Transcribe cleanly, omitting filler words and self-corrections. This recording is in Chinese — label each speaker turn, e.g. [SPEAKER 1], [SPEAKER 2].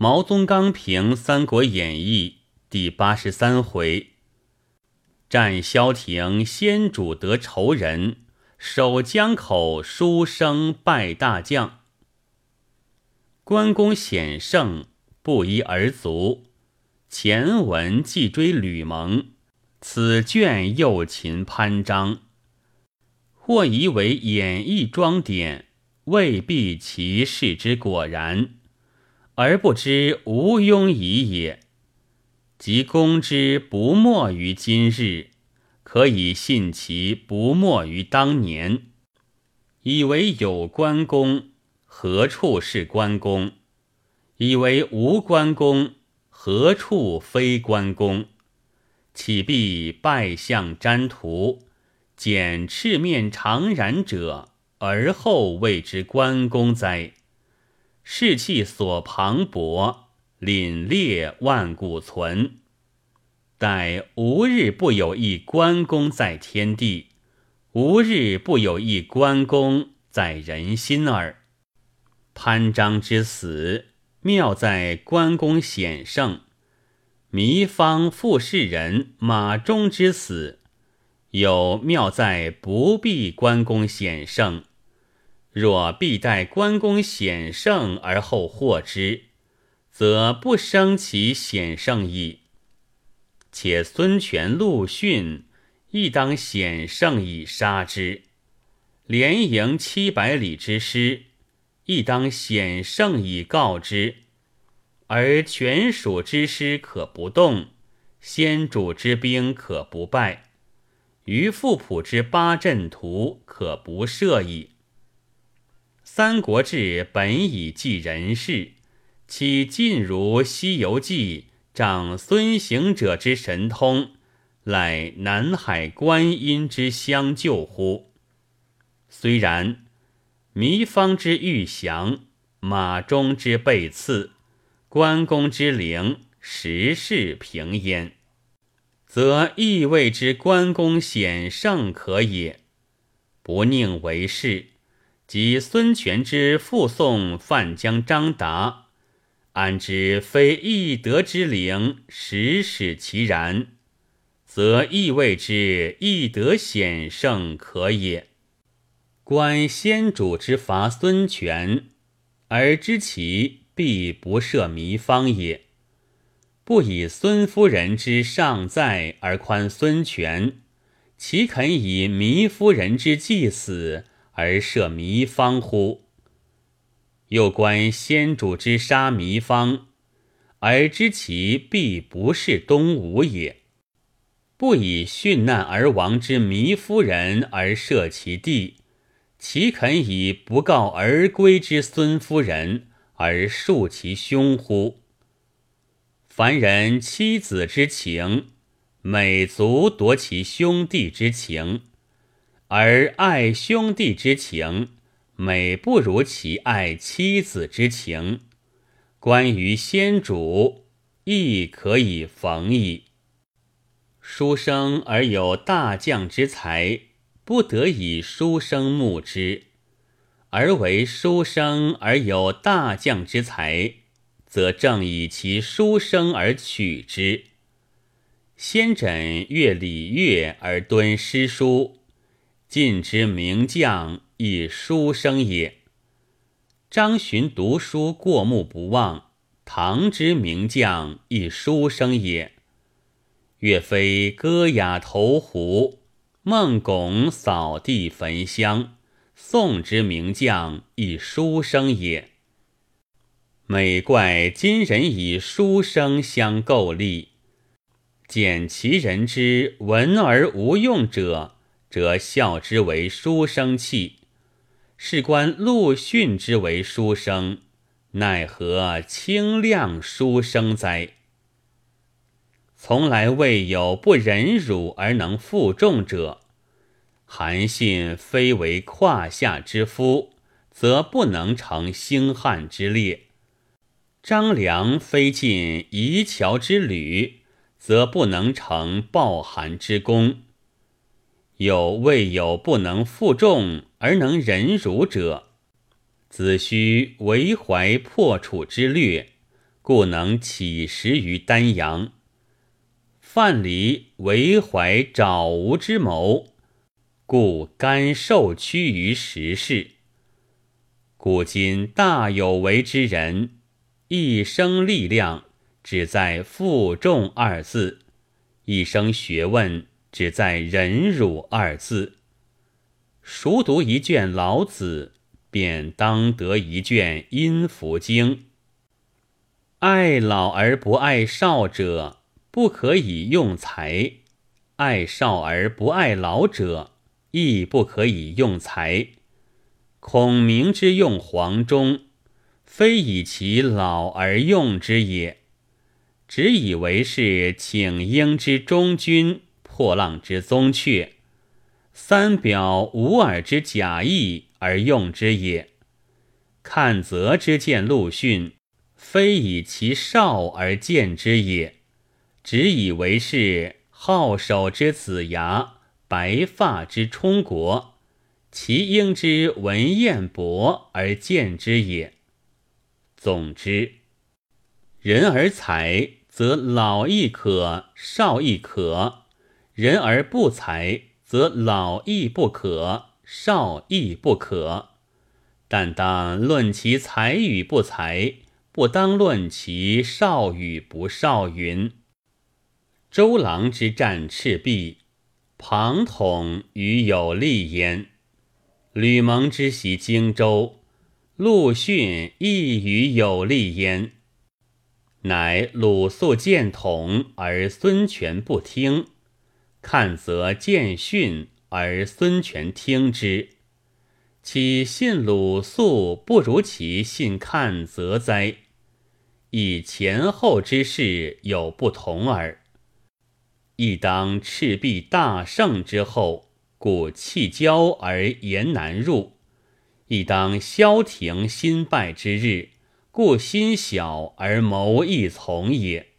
[SPEAKER 1] 毛宗刚评《三国演义》第83回：战萧亭先主得仇人，守江口书生败大将。关公险胜，不一而足。前文既追吕蒙，此卷又擒潘璋。或疑为演义装点，未必其事之果然，而不知无庸矣也。即公之不没于今日，可以信其不没于当年。以为有关公，何处是关公？以为无关公，何处非关公？岂必拜相瞻图，见赤面长髯者，而后谓之关公哉？士气所磅礴，凛冽万古存。待无日不有一关公在天地，无日不有一关公在人心耳。潘璋之死，妙在关公险胜；糜芳傅士人马忠之死，有妙在不必关公险胜。若必待关公险胜而后获之，则不生其险胜矣。且孙权、陆逊亦当险胜以杀之，连营700里之师，亦当险胜以告之。而权属之师可不动，先主之兵可不败，于富浦之8阵图可不设矣。三国志本以记人事，岂尽如《西游记》仗孙行者之神通，赖南海观音之相救乎？虽然，糜芳之欲降，马忠之被刺，关公之陵，时势平焉，则亦谓之关公险胜可也。不宁为是，即孙权之复送范江张达，安知非翼德之陵，实使其然，则亦谓之翼德险胜可也。观先主之伐孙权，而知其必不赦糜芳也。不以孙夫人之尚在而宽孙权，岂肯以糜夫人之既死而赦糜芳乎？又观先主之杀糜芳，而知其必不是东吴也。不以殉难而亡之糜夫人而赦其弟，岂肯以不告而归之孙夫人而恕其兄乎？凡人妻子之情，每足夺其兄弟之情，而爱兄弟之情，每不如其爱妻子之情。关于先主，亦可以逢矣。书生而有大将之才，不得以书生慕之；而为书生而有大将之才，则正以其书生而取之。先轸阅礼乐而敦诗书，晋之名将亦书生也。张巡读书过目不忘，唐之名将亦书生也。岳飞歌雅投壶，孟拱扫地焚香，宋之名将亦书生也。美怪今人以书生相构立，见其人之文而无用者，则笑之为书生气；是观陆逊之为书生，奈何轻量书生哉？从来未有不忍辱而能负重者。韩信非为胯下之夫，则不能成星汉之列；张良非尽夷乔之旅，则不能成抱韩之功。有未有不能负重而能忍辱者，子虚为怀破楚之略， 故能起食于丹阳。范蠡为怀沼吴之谋，故甘受屈于时事。古今大有为之人，一生力量只在负重二字，一生学问只在忍辱二字。熟读一卷老子，便当得一卷阴符经。爱老而不爱少者，不可以用才；爱少而不爱老者，亦不可以用才。孔明之用黄忠，非以其老而用之也，只以为是请缨之忠君，破浪之宗悫，三表五耳之假意而用之也。看则之见陆逊，非以其少而见之也，只以为是好手之子牙，白发之充国，其英之文彦博而见之也。总之，人而才，则老亦可，少亦可；人而不才，则老亦不可，少亦不可。但当论其才与不才，不当论其少与不少云。周郎之战赤壁，庞统与有利焉；吕蒙之袭荆州，陆逊亦与有利焉。乃鲁肃见统而孙权不听，看则见训而孙权听之。其信鲁肃不如其信看则哉？以前后之事有不同耳。亦当赤壁大胜之后，故弃交而言难入；亦当萧亭新败之日，故心小而谋易从也。